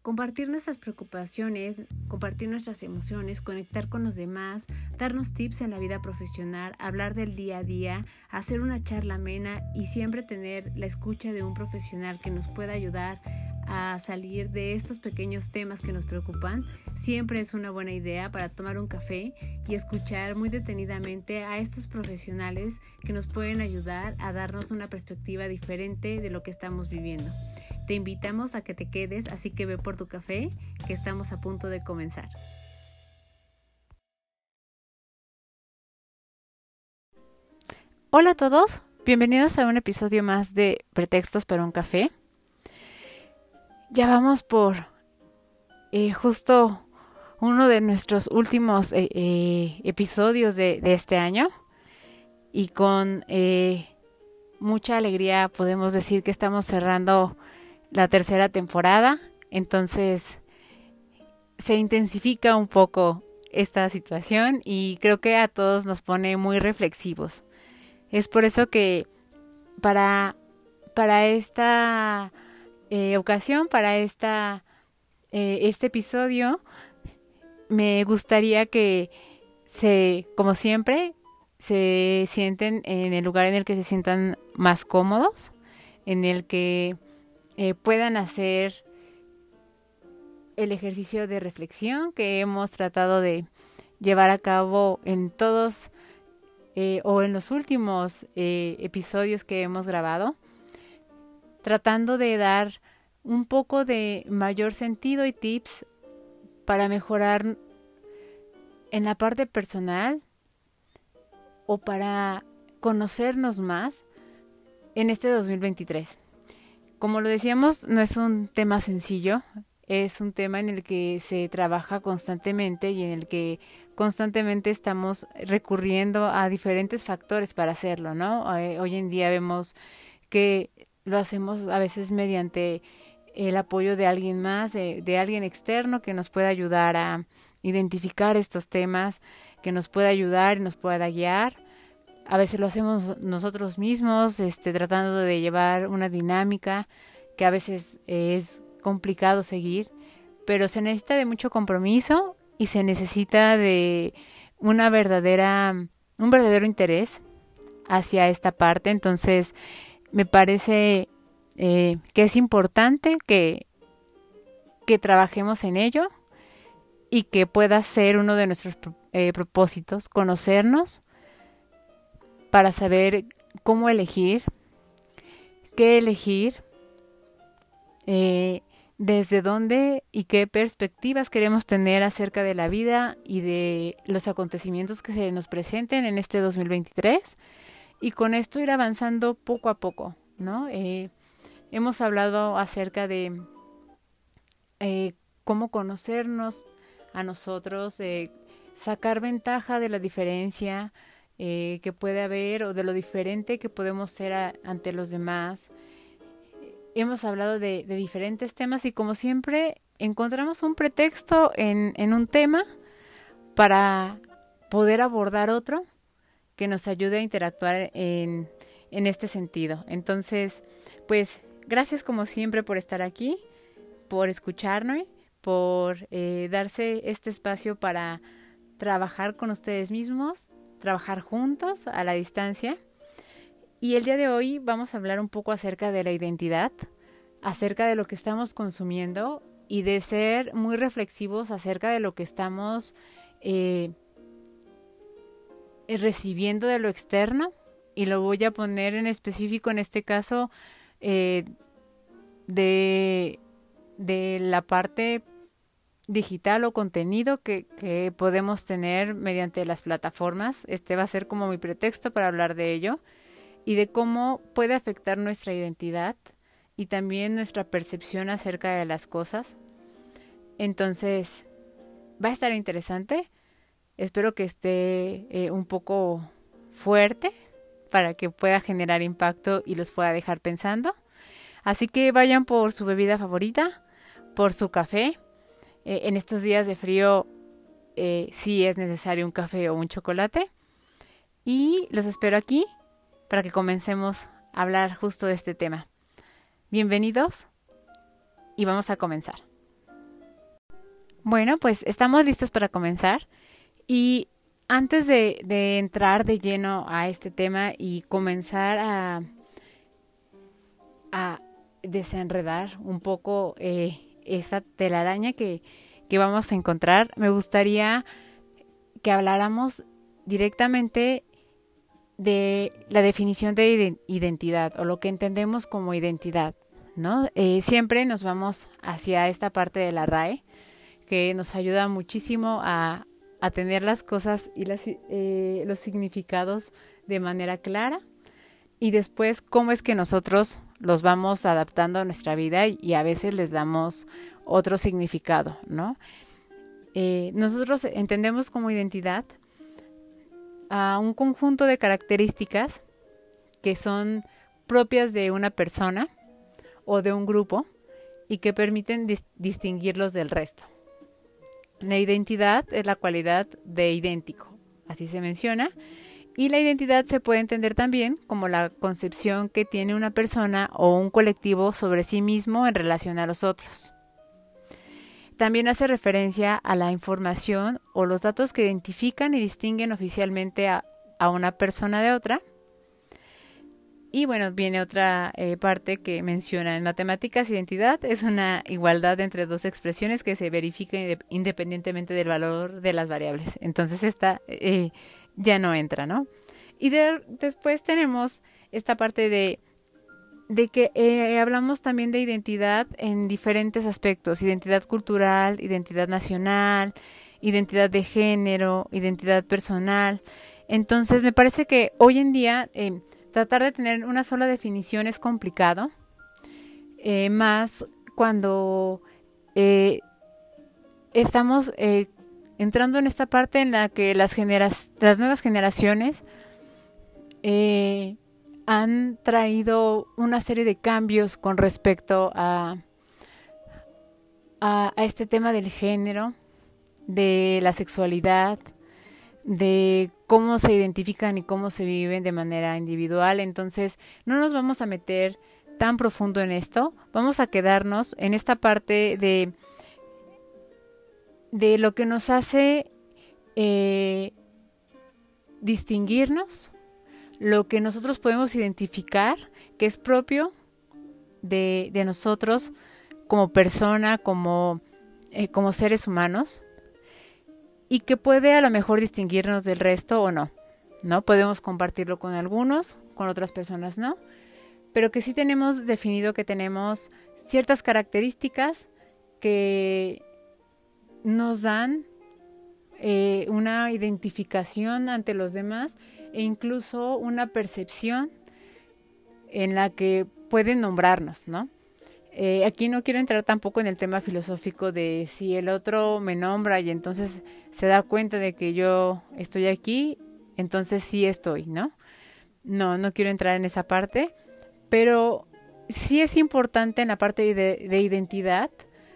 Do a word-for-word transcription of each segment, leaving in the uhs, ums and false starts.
Compartir nuestras preocupaciones, compartir nuestras emociones, conectar con los demás, darnos tips en la vida profesional, hablar del día a día, hacer una charla amena y siempre tener la escucha de un profesional que nos pueda ayudar a salir de estos pequeños temas que nos preocupan, siempre es una buena idea para tomar un café y escuchar muy detenidamente a estos profesionales que nos pueden ayudar a darnos una perspectiva diferente de lo que estamos viviendo. Te invitamos a que te quedes, así que ve por tu café, que estamos a punto de comenzar. Hola a todos, bienvenidos a un episodio más de Pretextos para un café. Ya vamos por eh, justo uno de nuestros últimos eh, eh, episodios de, de este año y con eh, mucha alegría podemos decir que estamos cerrando la tercera temporada, entonces se intensifica un poco esta situación y creo que a todos nos pone muy reflexivos. Es por eso que para, para esta eh, ocasión, para esta, eh, este episodio, me gustaría que se, como siempre, se sienten en el lugar en el que se sientan más cómodos, en el que Eh, puedan hacer el ejercicio de reflexión que hemos tratado de llevar a cabo en todos eh, o en los últimos eh, episodios que hemos grabado, tratando de dar un poco de mayor sentido y tips para mejorar en la parte personal o para conocernos más en este dos mil veintitrés. Como lo decíamos, no es un tema sencillo, es un tema en el que se trabaja constantemente y en el que constantemente estamos recurriendo a diferentes factores para hacerlo, ¿no? Hoy en día vemos que lo hacemos a veces mediante el apoyo de alguien más, de, de alguien externo que nos pueda ayudar a identificar estos temas, que nos pueda ayudar y nos pueda guiar. A veces lo hacemos nosotros mismos, este, tratando de llevar una dinámica que a veces es complicado seguir, pero se necesita de mucho compromiso y se necesita de una verdadera, un verdadero interés hacia esta parte. Entonces, me parece eh, que es importante que, que trabajemos en ello y que pueda ser uno de nuestros eh, propósitos, conocernos, para saber cómo elegir, qué elegir, eh, desde dónde y qué perspectivas queremos tener acerca de la vida y de los acontecimientos que se nos presenten en este dos mil veintitrés y con esto ir avanzando poco a poco, ¿no? Eh, hemos hablado acerca de eh, cómo conocernos a nosotros, eh, sacar ventaja de la diferencia Eh, que puede haber o de lo diferente que podemos ser a, ante los demás. Hemos hablado de, de diferentes temas y como siempre encontramos un pretexto en, en un tema para poder abordar otro que nos ayude a interactuar en, en este sentido. Entonces, pues gracias como siempre por estar aquí, por escucharme, por eh, darse este espacio para trabajar con ustedes mismos, trabajar juntos a la distancia. Y el día de hoy vamos a hablar un poco acerca de la identidad, acerca de lo que estamos consumiendo y de ser muy reflexivos acerca de lo que estamos eh, recibiendo de lo externo. Y lo voy a poner en específico en este caso eh, de, de la parte digital o contenido que, que podemos tener mediante las plataformas. Este va a ser como mi pretexto para hablar de ello y de cómo puede afectar nuestra identidad y también nuestra percepción acerca de las cosas. Entonces, va a estar interesante. Espero que esté eh, un poco fuerte para que pueda generar impacto y los pueda dejar pensando. Así que vayan por su bebida favorita, por su café. Eh, en estos días de frío eh, sí es necesario un café o un chocolate. Y los espero aquí para que comencemos a hablar justo de este tema. Bienvenidos y vamos a comenzar. Bueno, pues estamos listos para comenzar y antes de, de entrar de lleno a este tema y comenzar a, a desenredar un poco eh, esta telaraña que, que vamos a encontrar, me gustaría que habláramos directamente de la definición de identidad o lo que entendemos como identidad, ¿no? Eh, siempre nos vamos hacia esta parte de la R A E que nos ayuda muchísimo a, a tener las cosas y las, eh, los significados de manera clara y después cómo es que nosotros los vamos adaptando a nuestra vida y, y a veces les damos otro significado, ¿no? Eh, nosotros entendemos como identidad a un conjunto de características que son propias de una persona o de un grupo y que permiten dis- distinguirlos del resto. La identidad es la cualidad de idéntico, así se menciona, y la identidad se puede entender también como la concepción que tiene una persona o un colectivo sobre sí mismo en relación a los otros. También hace referencia a la información o los datos que identifican y distinguen oficialmente a, a una persona de otra. Y bueno, viene otra eh, parte que menciona en matemáticas, identidad es una igualdad entre dos expresiones que se verifica independientemente del valor de las variables. Entonces esta eh, ya no entra, ¿no? Y de, después tenemos esta parte de, de que eh, hablamos también de identidad en diferentes aspectos, identidad cultural, identidad nacional, identidad de género, identidad personal. Entonces me parece que hoy en día eh, tratar de tener una sola definición es complicado, eh, más cuando eh, estamos eh, entrando en esta parte en la que las, genera- las nuevas generaciones eh, han traído una serie de cambios con respecto a, a, a este tema del género, de la sexualidad, de cómo se identifican y cómo se viven de manera individual. Entonces no nos vamos a meter tan profundo en esto, vamos a quedarnos en esta parte de, de lo que nos hace eh, distinguirnos, lo que nosotros podemos identificar, que es propio de, de nosotros como persona, como, eh, como seres humanos, y que puede a lo mejor distinguirnos del resto o no, ¿no? Podemos compartirlo con algunos, con otras personas no, pero que sí tenemos definido que tenemos ciertas características que nos dan eh, una identificación ante los demás e incluso una percepción en la que pueden nombrarnos, ¿no? Eh, aquí no quiero entrar tampoco en el tema filosófico de si el otro me nombra y entonces se da cuenta de que yo estoy aquí, entonces sí estoy, ¿no? No, no quiero entrar en esa parte, pero sí es importante en la parte de, de identidad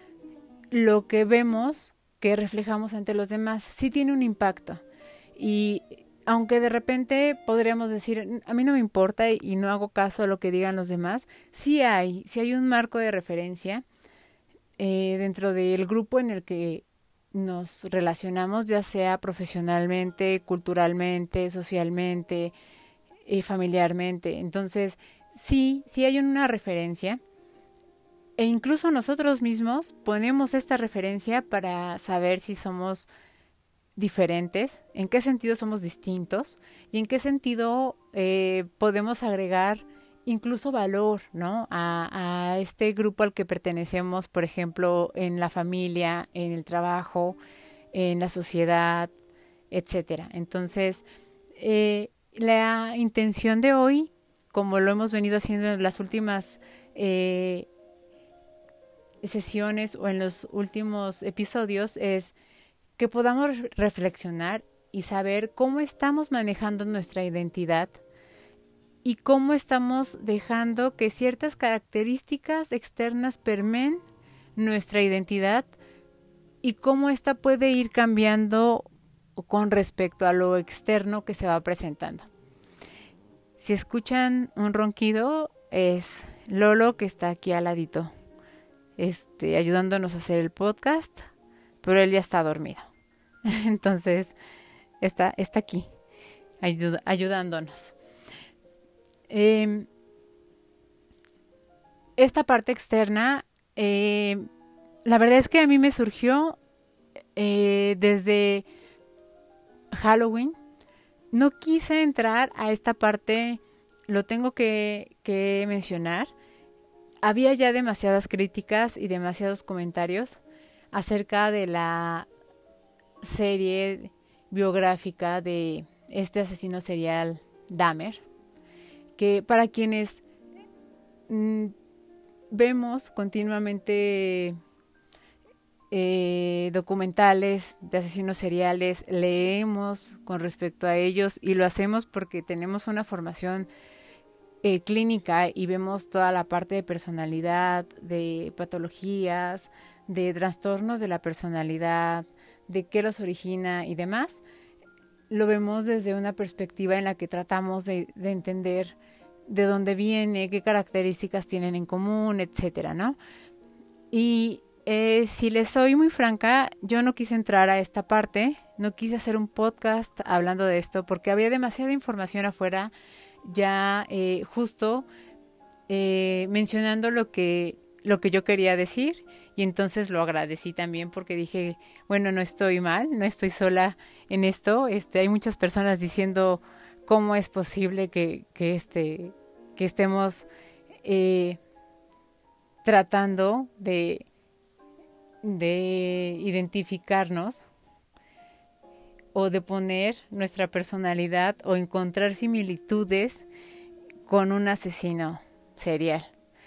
lo que vemos que reflejamos ante los demás, sí tiene un impacto. Y aunque de repente podríamos decir, a mí no me importa y, y no hago caso a lo que digan los demás, sí hay, sí hay un marco de referencia eh, dentro del grupo en el que nos relacionamos, ya sea profesionalmente, culturalmente, socialmente, eh, familiarmente. Entonces, sí, sí hay una referencia. E incluso nosotros mismos ponemos esta referencia para saber si somos diferentes, en qué sentido somos distintos y en qué sentido eh, podemos agregar incluso valor, ¿no? A, a este grupo al que pertenecemos, por ejemplo, en la familia, en el trabajo, en la sociedad, etcétera. Entonces, eh, la intención de hoy, como lo hemos venido haciendo en las últimas eh, sesiones o en los últimos episodios, es que podamos reflexionar y saber cómo estamos manejando nuestra identidad y cómo estamos dejando que ciertas características externas permeen nuestra identidad y cómo ésta puede ir cambiando con respecto a lo externo que se va presentando. Si escuchan un ronquido, es Lolo, que está aquí al ladito, este, ayudándonos a hacer el podcast, pero él ya está dormido. Entonces, está, está aquí, ayud- ayudándonos. Eh, esta parte externa, eh, la verdad es que a mí me surgió eh, desde Halloween. No quise entrar a esta parte, lo tengo que, que mencionar. Había ya demasiadas críticas y demasiados comentarios acerca de la serie biográfica de este asesino serial Dahmer, que para quienes mmm, vemos continuamente eh, documentales de asesinos seriales, leemos con respecto a ellos y lo hacemos porque tenemos una formación eh, clínica y vemos toda la parte de personalidad, de patologías, de trastornos de la personalidad, de qué los origina y demás. Lo vemos desde una perspectiva en la que tratamos de, de entender de dónde viene, qué características tienen en común, etcétera, ¿no? Y eh, si les soy muy franca, yo no quise entrar a esta parte, no quise hacer un podcast hablando de esto porque había demasiada información afuera ya eh, justo eh, mencionando lo que, lo que yo quería decir, y entonces lo agradecí también porque dije, bueno, no estoy mal, no estoy sola en esto, este, hay muchas personas diciendo cómo es posible que, que, este, que estemos eh, tratando de, de identificarnos o de poner nuestra personalidad o encontrar similitudes con un asesino serial.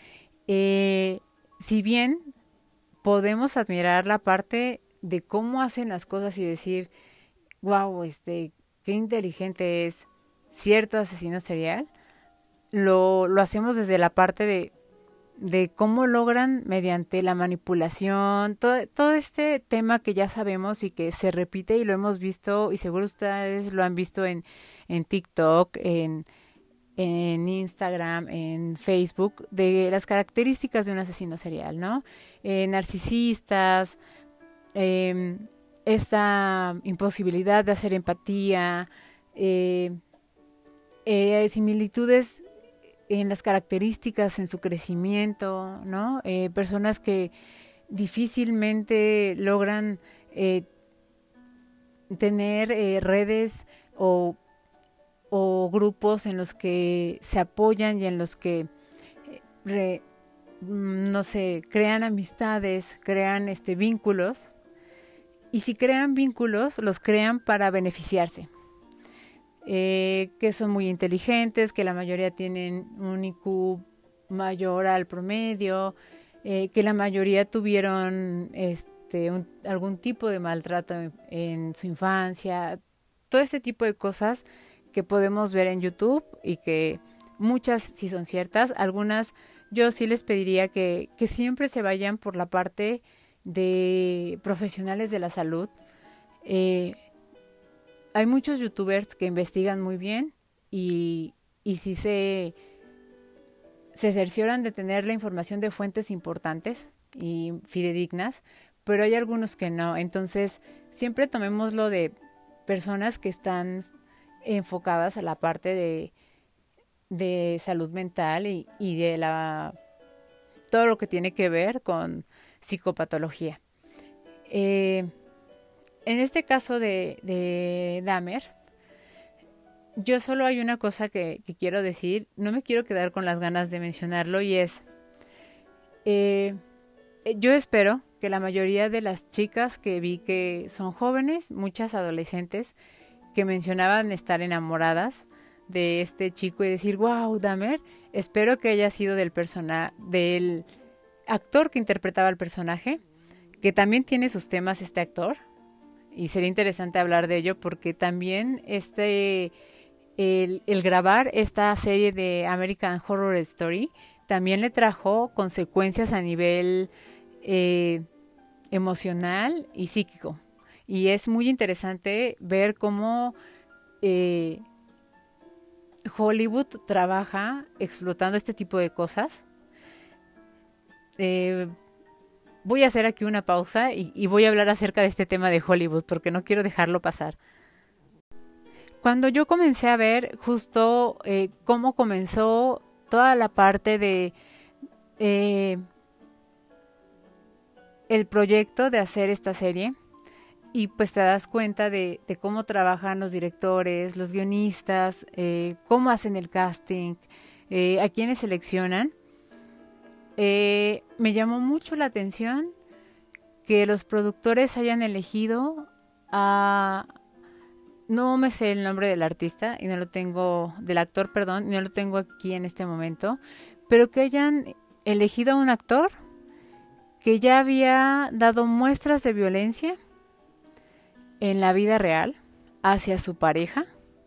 Eh, si bien podemos admirar la parte de cómo hacen las cosas y decir, wow, este, qué inteligente es cierto asesino serial, lo, lo hacemos desde la parte de, de cómo logran mediante la manipulación, todo, todo este tema que ya sabemos y que se repite y lo hemos visto y seguro ustedes lo han visto en, en TikTok, en, en Instagram, en Facebook, de las características de un asesino serial, ¿no? Eh, narcisistas, eh, esta imposibilidad de hacer empatía, eh, eh, similitudes en las características, en su crecimiento, ¿no? Eh, personas que difícilmente logran eh, tener eh, redes o, o grupos en los que se apoyan y en los que, eh, re, no sé, crean amistades, crean este, vínculos. Y si crean vínculos, los crean para beneficiarse. Eh, que son muy inteligentes, que la mayoría tienen un I Q mayor al promedio, eh, que la mayoría tuvieron este, un, algún tipo de maltrato en, en su infancia, todo este tipo de cosas que podemos ver en YouTube y que muchas sí son ciertas, algunas yo sí les pediría que, que siempre se vayan por la parte de profesionales de la salud. Eh, Hay muchos youtubers que investigan muy bien y, y sí se, se cercioran de tener la información de fuentes importantes y fidedignas, pero hay algunos que no. Entonces, siempre tomémoslo de personas que están enfocadas a la parte de, de salud mental y, y de la todo lo que tiene que ver con psicopatología. Eh, En este caso de, de Dahmer, yo solo hay una cosa que, que quiero decir, no me quiero quedar con las ganas de mencionarlo y es, eh, yo espero que la mayoría de las chicas que vi que son jóvenes, muchas adolescentes, que mencionaban estar enamoradas de este chico y decir, wow, Dahmer, espero que haya sido del persona, del actor que interpretaba el personaje, que también tiene sus temas este actor. Y sería interesante hablar de ello porque también este el, el grabar esta serie de American Horror Story también le trajo consecuencias a nivel eh, emocional y psíquico. Y es muy interesante ver cómo eh, Hollywood trabaja explotando este tipo de cosas. Eh, voy a hacer aquí una pausa y, y voy a hablar acerca de este tema de Hollywood porque no quiero dejarlo pasar. Cuando yo comencé a ver justo eh, cómo comenzó toda la parte de eh, el proyecto de hacer esta serie, y pues te das cuenta de, de cómo trabajan los directores, los guionistas, eh, cómo hacen el casting, eh, a quiénes seleccionan. Eh, me llamó mucho la atención que los productores hayan elegido a... No me sé el nombre del artista y no lo tengo, del actor, perdón, y no lo tengo aquí en este momento, pero que hayan elegido a un actor que ya había dado muestras de violencia en la vida real hacia su pareja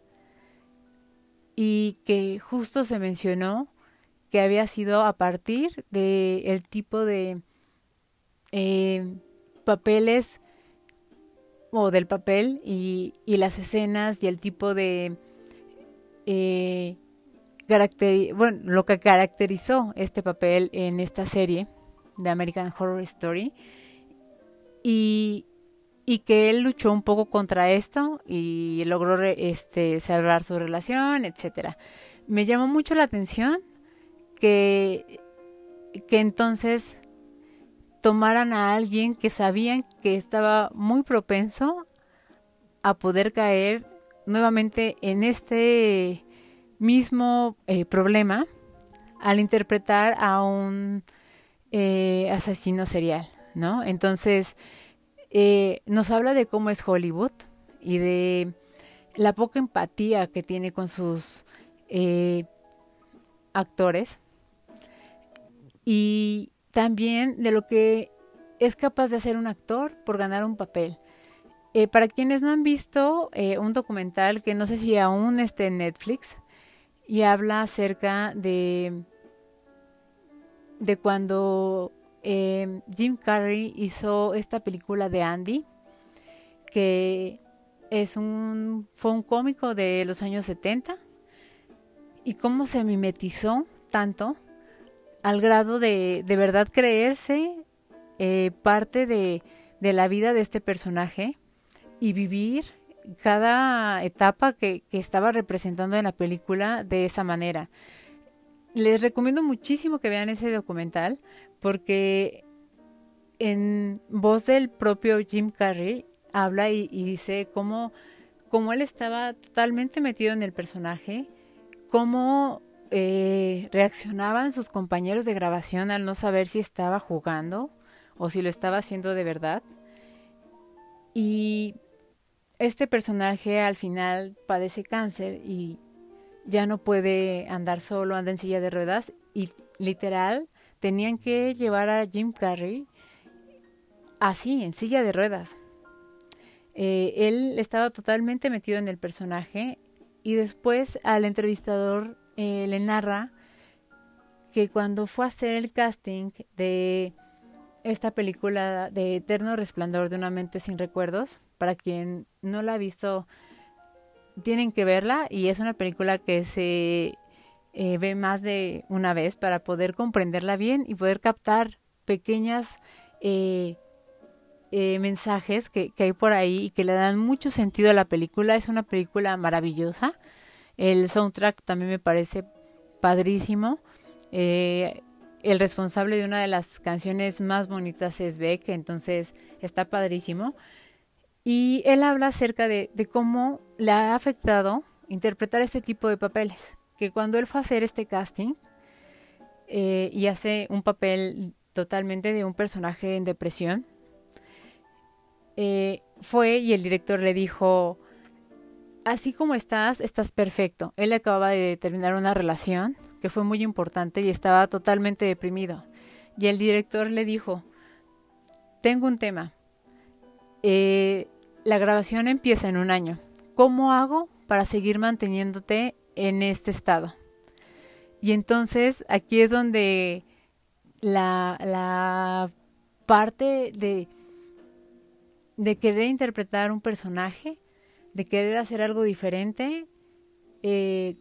y que justo se mencionó que había sido a partir del tipo de eh, papeles o del papel y, y las escenas y el tipo de eh, caracteri- bueno, lo que caracterizó este papel en esta serie de American Horror Story y, y que él luchó un poco contra esto y logró re- este, salvar su relación, etcétera. Me llamó mucho la atención que, que entonces tomaran a alguien que sabían que estaba muy propenso a poder caer nuevamente en este mismo eh, problema al interpretar a un eh, asesino serial, ¿no? Entonces, eh, nos habla de cómo es Hollywood y de la poca empatía que tiene con sus eh, actores y también de lo que es capaz de hacer un actor por ganar un papel. Eh, para quienes no han visto eh, un documental que no sé si aún esté en Netflix y habla acerca de, de cuando eh, Jim Carrey hizo esta película de Andy, que es un, fue un cómico de los años setenta y cómo se mimetizó tanto al grado de de verdad creerse eh, parte de, de la vida de este personaje y vivir cada etapa que, que estaba representando en la película de esa manera. Les recomiendo muchísimo que vean ese documental porque en voz del propio Jim Carrey habla y, y dice cómo, cómo él estaba totalmente metido en el personaje, cómo eh, reaccionaban sus compañeros de grabación al no saber si estaba jugando o si lo estaba haciendo de verdad. Y este personaje al final padece cáncer y ya no puede andar solo, anda en silla de ruedas y literal tenían que llevar a Jim Carrey así, en silla de ruedas. Eh, él estaba totalmente metido en el personaje y después al entrevistador eh, le narra que cuando fue a hacer el casting de esta película de Eterno Resplandor de una mente sin recuerdos, para quien no la ha visto, tienen que verla y es una película que se eh, ve más de una vez para poder comprenderla bien y poder captar pequeñas eh, eh, mensajes que, que hay por ahí y que le dan mucho sentido a la película. Es una película maravillosa. El soundtrack también me parece padrísimo. Eh, el responsable de una de las canciones más bonitas es Beck, entonces está padrísimo. Y él habla acerca de, de cómo le ha afectado interpretar este tipo de papeles. Que cuando él fue a hacer este casting eh, y hace un papel totalmente de un personaje en depresión, eh, fue y el director le dijo, así como estás, estás perfecto. Él acababa de terminar una relación que fue muy importante y estaba totalmente deprimido. Y el director le dijo, tengo un tema. Eh, la grabación empieza en un año. ¿Cómo hago para seguir manteniéndote en este estado? Y entonces aquí es donde la, la parte de, de querer interpretar un personaje, de querer hacer algo diferente, eh,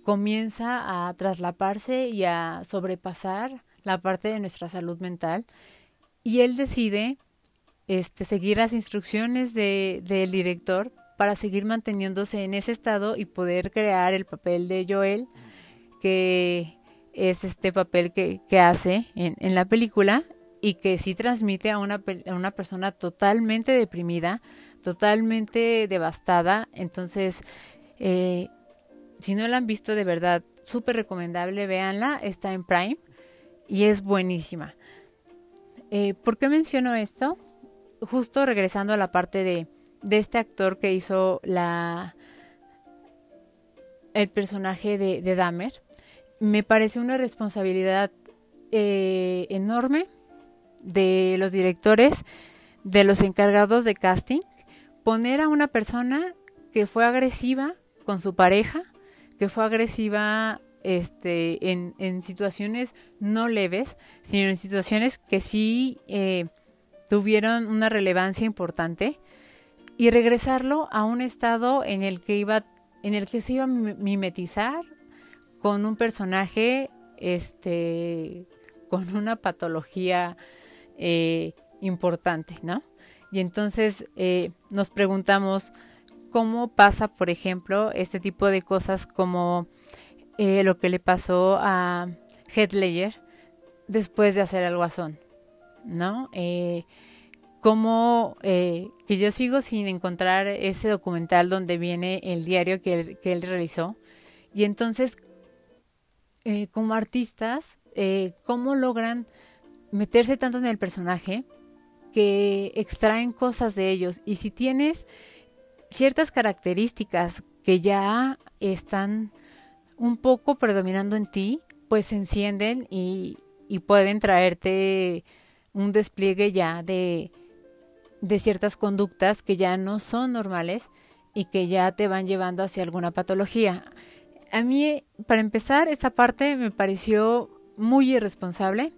comienza a traslaparse y a sobrepasar la parte de nuestra salud mental. y él decide este, seguir las instrucciones de, del director para seguir manteniéndose en ese estado y poder crear el papel de Joel, que es este papel que, que hace en, en la película y que sí transmite a una, a una persona totalmente deprimida, totalmente devastada. Entonces, eh, si no la han visto, de verdad, súper recomendable, véanla, está en Prime y es buenísima. Eh, ¿Por qué menciono esto? Justo regresando a la parte de, de este actor que hizo la, el personaje de, de Dahmer, me parece una responsabilidad eh, enorme de los directores, de los encargados de casting, poner a una persona que fue agresiva con su pareja, que fue agresiva este, en, en situaciones no leves, sino en situaciones que sí eh, tuvieron una relevancia importante, y regresarlo a un estado en el que iba, en el que se iba a mimetizar con un personaje este, con una patología eh, importante, ¿no? Y entonces eh, nos preguntamos cómo pasa, por ejemplo, este tipo de cosas como eh, lo que le pasó a Heath Ledger después de hacer El Guasón, ¿no? Eh, como eh, que yo sigo sin encontrar ese documental donde viene el diario que él, que él realizó. Y entonces, eh, como artistas, eh, cómo logran meterse tanto en el personaje que extraen cosas de ellos. Y si tienes ciertas características que ya están un poco predominando en ti, pues se encienden y, y pueden traerte un despliegue ya de, de ciertas conductas que ya no son normales y que ya te van llevando hacia alguna patología. A mí, para empezar, esa parte me pareció muy irresponsable.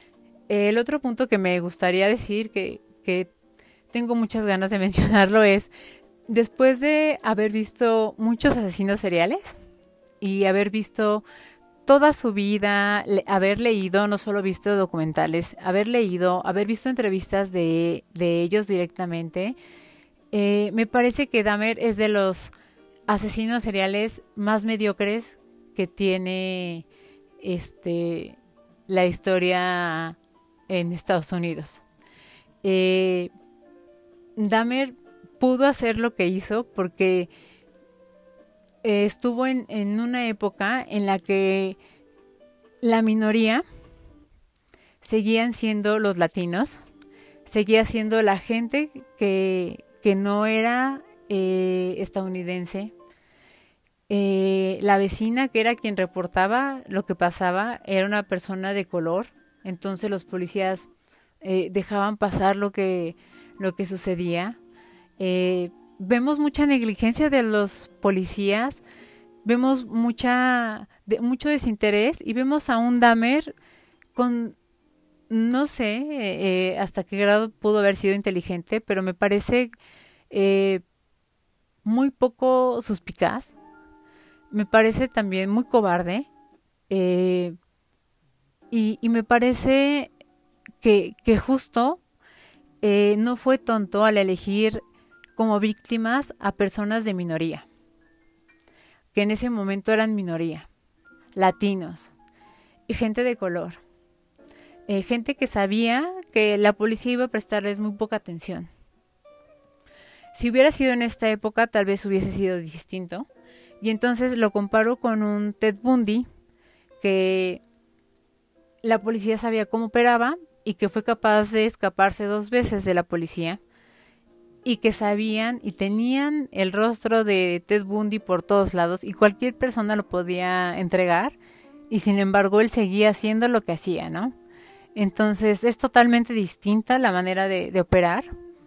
El otro punto que me gustaría decir, que, que tengo muchas ganas de mencionarlo, es después de haber visto muchos asesinos seriales y haber visto toda su vida, le, haber leído, no solo visto documentales, haber leído, haber visto entrevistas de, de ellos directamente, eh, me parece que Dahmer es de los asesinos seriales más mediocres que tiene este, la historia en Estados Unidos. Eh, Dahmer pudo hacer lo que hizo porque eh, estuvo en, en una época en la que la minoría seguían siendo los latinos, seguía siendo la gente que, que no era eh, estadounidense. Eh, la vecina, que era quien reportaba lo que pasaba, era una persona de color. Entonces los policías eh, dejaban pasar lo que, lo que sucedía. Eh, vemos mucha negligencia de los policías, vemos mucha, de, mucho desinterés, y vemos a un Dahmer con, no sé eh, hasta qué grado pudo haber sido inteligente, pero me parece eh, muy poco suspicaz, me parece también muy cobarde, eh, y, y me parece que, que justo eh, no fue tonto al elegir como víctimas a personas de minoría, que en ese momento eran minoría, latinos y gente de color, eh, gente que sabía que la policía iba a prestarles muy poca atención. Si hubiera sido en esta época, tal vez hubiese sido distinto. Y entonces lo comparo con un Ted Bundy, que la policía sabía cómo operaba y que fue capaz de escaparse dos veces de la policía, y que sabían y tenían el rostro de Ted Bundy por todos lados y cualquier persona lo podía entregar, y sin embargo él seguía haciendo lo que hacía, ¿no? Entonces es totalmente distinta la manera de, de operar,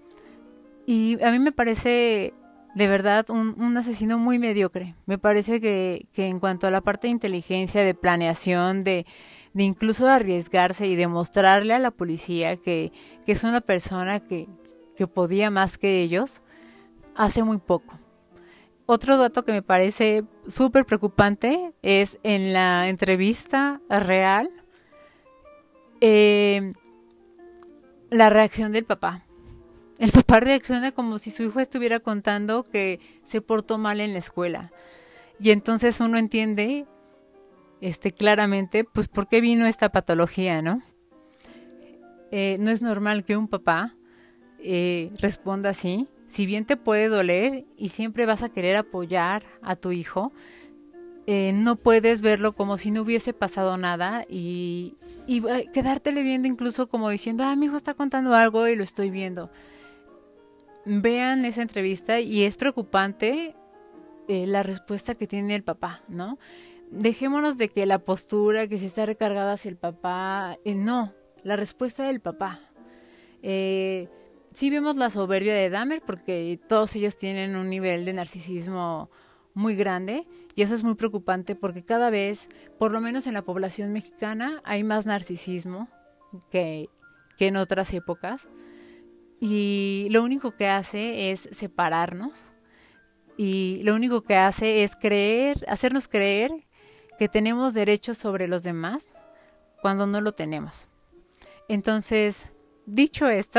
y a mí me parece de verdad un, un asesino muy mediocre. Me parece que, que en cuanto a la parte de inteligencia, de planeación, de, de incluso arriesgarse y demostrarle a la policía que, que es una persona que que podía más que ellos, hace muy poco. Otro dato que me parece súper preocupante es en la entrevista real, eh, la reacción del papá. El papá reacciona como si su hijo estuviera contando que se portó mal en la escuela. Y entonces uno entiende este, claramente pues por qué vino esta patología, ¿no? Eh, no es normal que un papá eh, responda así. Si bien te puede doler y siempre vas a querer apoyar a tu hijo, eh, no puedes verlo como si no hubiese pasado nada y, y quedártele viendo incluso como diciendo, ah, mi hijo está contando algo y lo estoy viendo. Vean esa entrevista y es preocupante eh, la respuesta que tiene el papá, ¿no? Dejémonos de que la postura, que si está recargada hacia el papá, eh, no, la respuesta del papá. Eh, sí vemos la soberbia de Dahmer porque todos ellos tienen un nivel de narcisismo muy grande y eso es muy preocupante porque cada vez, por lo menos en la población mexicana, hay más narcisismo que, que en otras épocas y lo único que hace es separarnos y lo único que hace es creer, hacernos creer que tenemos derechos sobre los demás cuando no lo tenemos. Entonces, dicho esto,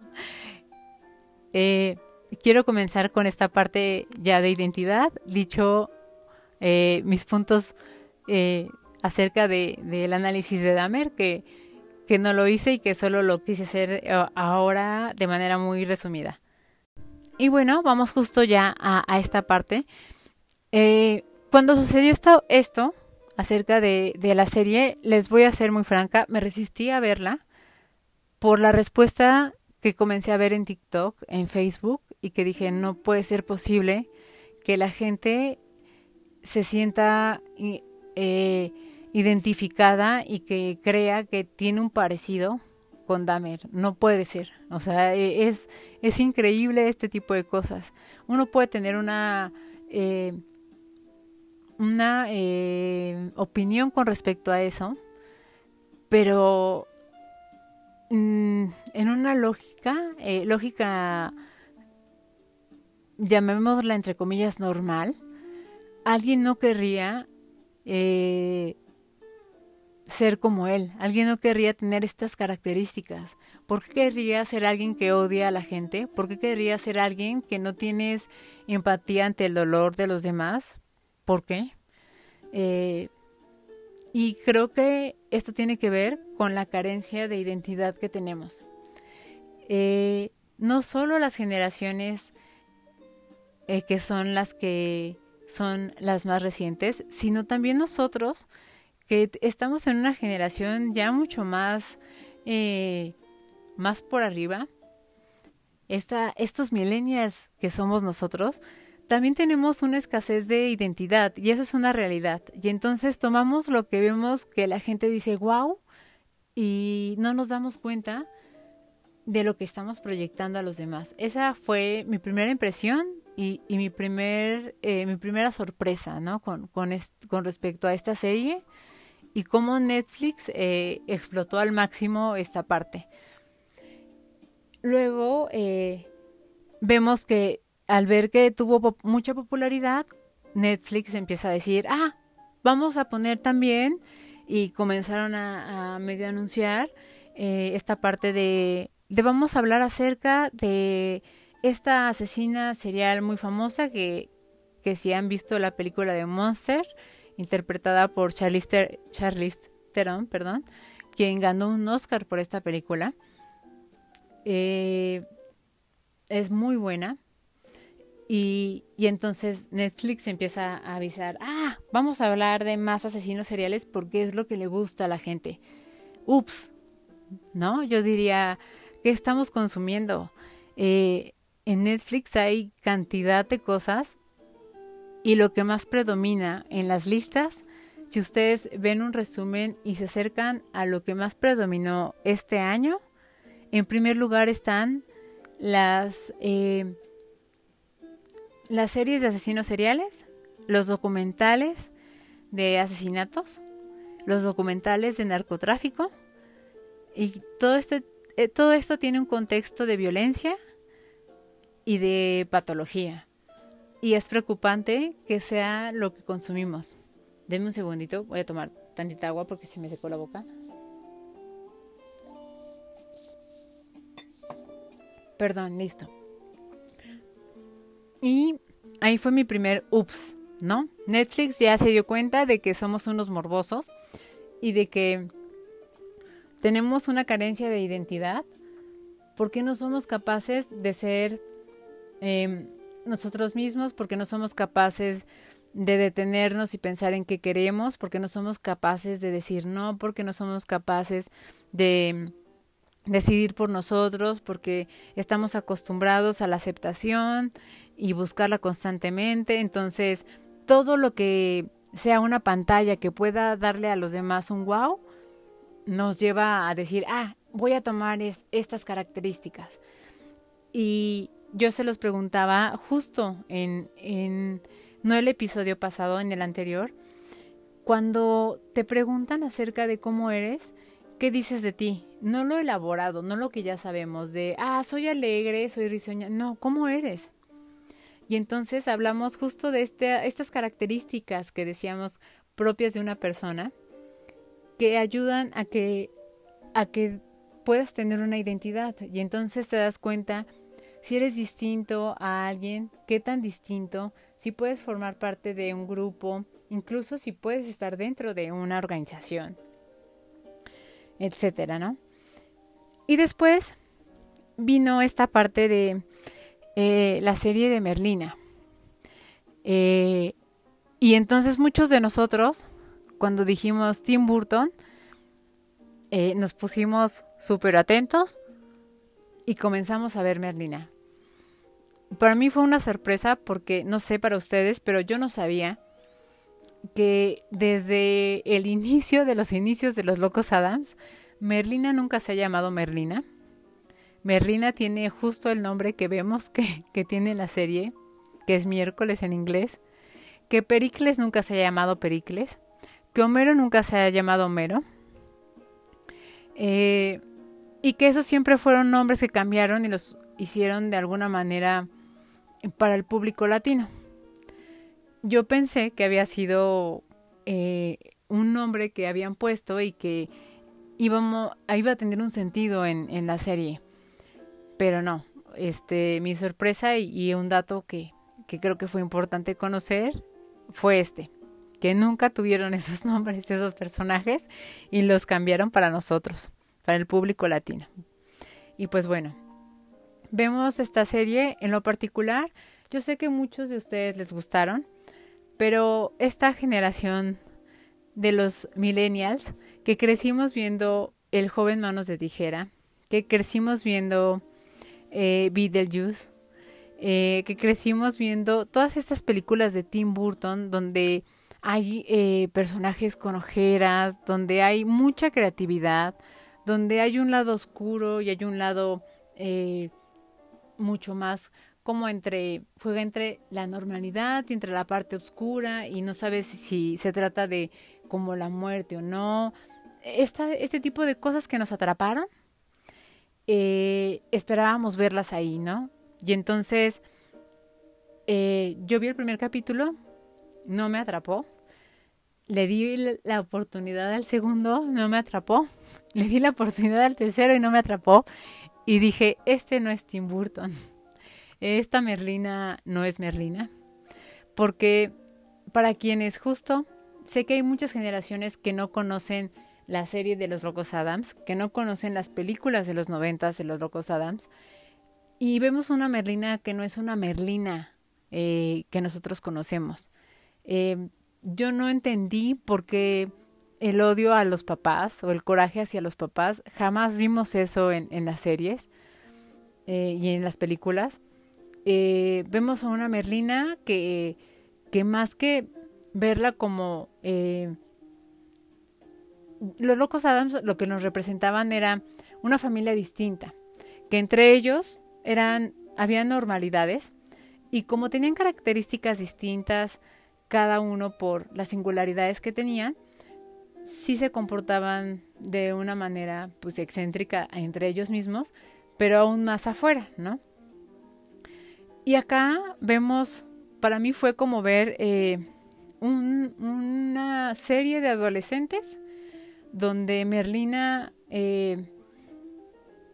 eh, quiero comenzar con esta parte ya de identidad, dicho eh, mis puntos eh, acerca de, del análisis de Dahmer, que, que no lo hice y que solo lo quise hacer ahora de manera muy resumida. Y bueno, vamos justo ya a, a esta parte. Eh, cuando sucedió esto, esto acerca de, de la serie, les voy a ser muy franca, me resistí a verla por la respuesta que comencé a ver en TikTok, en Facebook, y que dije, no puede ser posible que la gente se sienta eh, identificada y que crea que tiene un parecido con Dahmer. No puede ser. O sea, es, es increíble este tipo de cosas. Uno puede tener una, eh, una eh, opinión con respecto a eso, pero en una lógica, eh, lógica, llamémosla entre comillas normal, alguien no querría eh, ser como él, alguien no querría tener estas características. ¿Por qué querría ser alguien que odia a la gente? ¿Por qué querría ser alguien que no tienes empatía ante el dolor de los demás? ¿Por qué? Eh, Y creo que esto tiene que ver con la carencia de identidad que tenemos. Eh, no solo las generaciones eh, que son las que son las más recientes, sino también nosotros que estamos en una generación ya mucho más, eh, más por arriba. Esta, estos millennials que somos nosotros, también tenemos una escasez de identidad y eso es una realidad. Y entonces tomamos lo que vemos que la gente dice, wow, y no nos damos cuenta de lo que estamos proyectando a los demás. Esa fue mi primera impresión y, y mi, primer, eh, mi primera sorpresa, ¿no? Con, con, est- con respecto a esta serie y cómo Netflix eh, explotó al máximo esta parte. Luego eh, vemos que al ver que tuvo pop- mucha popularidad, Netflix empieza a decir, ah, vamos a poner también, y comenzaron a, a medio anunciar eh, esta parte de, de vamos a hablar acerca de esta asesina serial muy famosa que, que si han visto la película de Monster, interpretada por Charlize, Ter- Charlize Theron, perdón, quien ganó un Oscar por esta película. Eh, es muy buena. Y, y entonces Netflix empieza a avisar, ah, vamos a hablar de más asesinos seriales porque es lo que le gusta a la gente. Ups, ¿no? Yo diría, ¿qué estamos consumiendo? Eh, en Netflix hay cantidad de cosas y lo que más predomina en las listas, si ustedes ven un resumen y se acercan a lo que más predominó este año, en primer lugar están las... Eh, las series de asesinos seriales, los documentales de asesinatos, los documentales de narcotráfico y todo este eh, todo esto tiene un contexto de violencia y de patología y es preocupante que sea lo que consumimos. Denme un segundito, voy a tomar tantita agua porque se me secó la boca. Perdón, listo. Y ahí fue mi primer ups, ¿no? Netflix ya se dio cuenta de que somos unos morbosos y de que tenemos una carencia de identidad porque no somos capaces de ser eh, nosotros mismos, porque no somos capaces de detenernos y pensar en qué queremos, porque no somos capaces de decir no, porque no somos capaces de decidir por nosotros, porque estamos acostumbrados a la aceptación y buscarla constantemente. Entonces, todo lo que sea una pantalla que pueda darle a los demás un wow, nos lleva a decir, ah, voy a tomar es, estas características. Y yo se los preguntaba justo en, en, no el episodio pasado, en el anterior, cuando te preguntan acerca de cómo eres, ¿qué dices de ti? No lo elaborado, no lo que ya sabemos de, ah, soy alegre, soy risueña. No, ¿cómo eres? Y entonces hablamos justo de este, estas características que decíamos propias de una persona que ayudan a que, a que puedas tener una identidad. Y entonces te das cuenta si eres distinto a alguien, qué tan distinto, si puedes formar parte de un grupo, incluso si puedes estar dentro de una organización, etcétera, ¿no? Y después vino esta parte de eh, la serie de Merlina. Eh, y entonces muchos de nosotros, cuando dijimos Tim Burton, eh, nos pusimos súper atentos y comenzamos a ver Merlina. Para mí fue una sorpresa porque, no sé para ustedes, pero yo no sabía que desde el inicio de los inicios de Los Locos Adams, Merlina nunca se ha llamado Merlina. Merlina tiene justo el nombre que vemos que, que tiene la serie, que es miércoles en inglés, que Pericles nunca se ha llamado Pericles, que Homero nunca se ha llamado Homero, eh, y que esos siempre fueron nombres que cambiaron y los hicieron de alguna manera para el público latino. Yo pensé que había sido eh, un nombre que habían puesto y que íbamos, iba a tener un sentido en, en la serie, pero no. Este, mi sorpresa y, y un dato que, que creo que fue importante conocer fue este, que nunca tuvieron esos nombres, esos personajes, y los cambiaron para nosotros, para el público latino. Y pues bueno, vemos esta serie en lo particular. Yo sé que muchos de ustedes les gustaron, pero esta generación de los millennials que crecimos viendo El joven manos de tijera, que crecimos viendo eh, Beetlejuice, eh, que crecimos viendo todas estas películas de Tim Burton donde hay eh, personajes con ojeras, donde hay mucha creatividad, donde hay un lado oscuro y hay un lado eh, mucho más como entre, juega entre la normalidad y entre la parte oscura y no sabes si, si se trata de como la muerte o no. Esta, este tipo de cosas que nos atraparon, eh, esperábamos verlas ahí, ¿no? Y entonces eh, yo vi el primer capítulo, no me atrapó. Le di la oportunidad al segundo, no me atrapó. Le di la oportunidad al tercero y no me atrapó. Y dije, este no es Tim Burton. Esta Merlina no es Merlina. Porque para quienes justo, sé que hay muchas generaciones que no conocen la serie de Los Locos Adams, que no conocen las películas de los noventas de Los Locos Adams. Y vemos una Merlina que no es una Merlina eh, que nosotros conocemos. Eh, yo no entendí por qué el odio a los papás o el coraje hacia los papás. Jamás vimos eso en, en las series eh, y en las películas. Eh, vemos a una Merlina que, que más que verla como... Eh, los Locos Adams lo que nos representaban era una familia distinta, que entre ellos eran, había normalidades y como tenían características distintas, cada uno por las singularidades que tenían, sí se comportaban de una manera pues excéntrica entre ellos mismos, pero aún más afuera, ¿no? Y acá vemos, para mí fue como ver eh, un, una serie de adolescentes donde Merlina eh,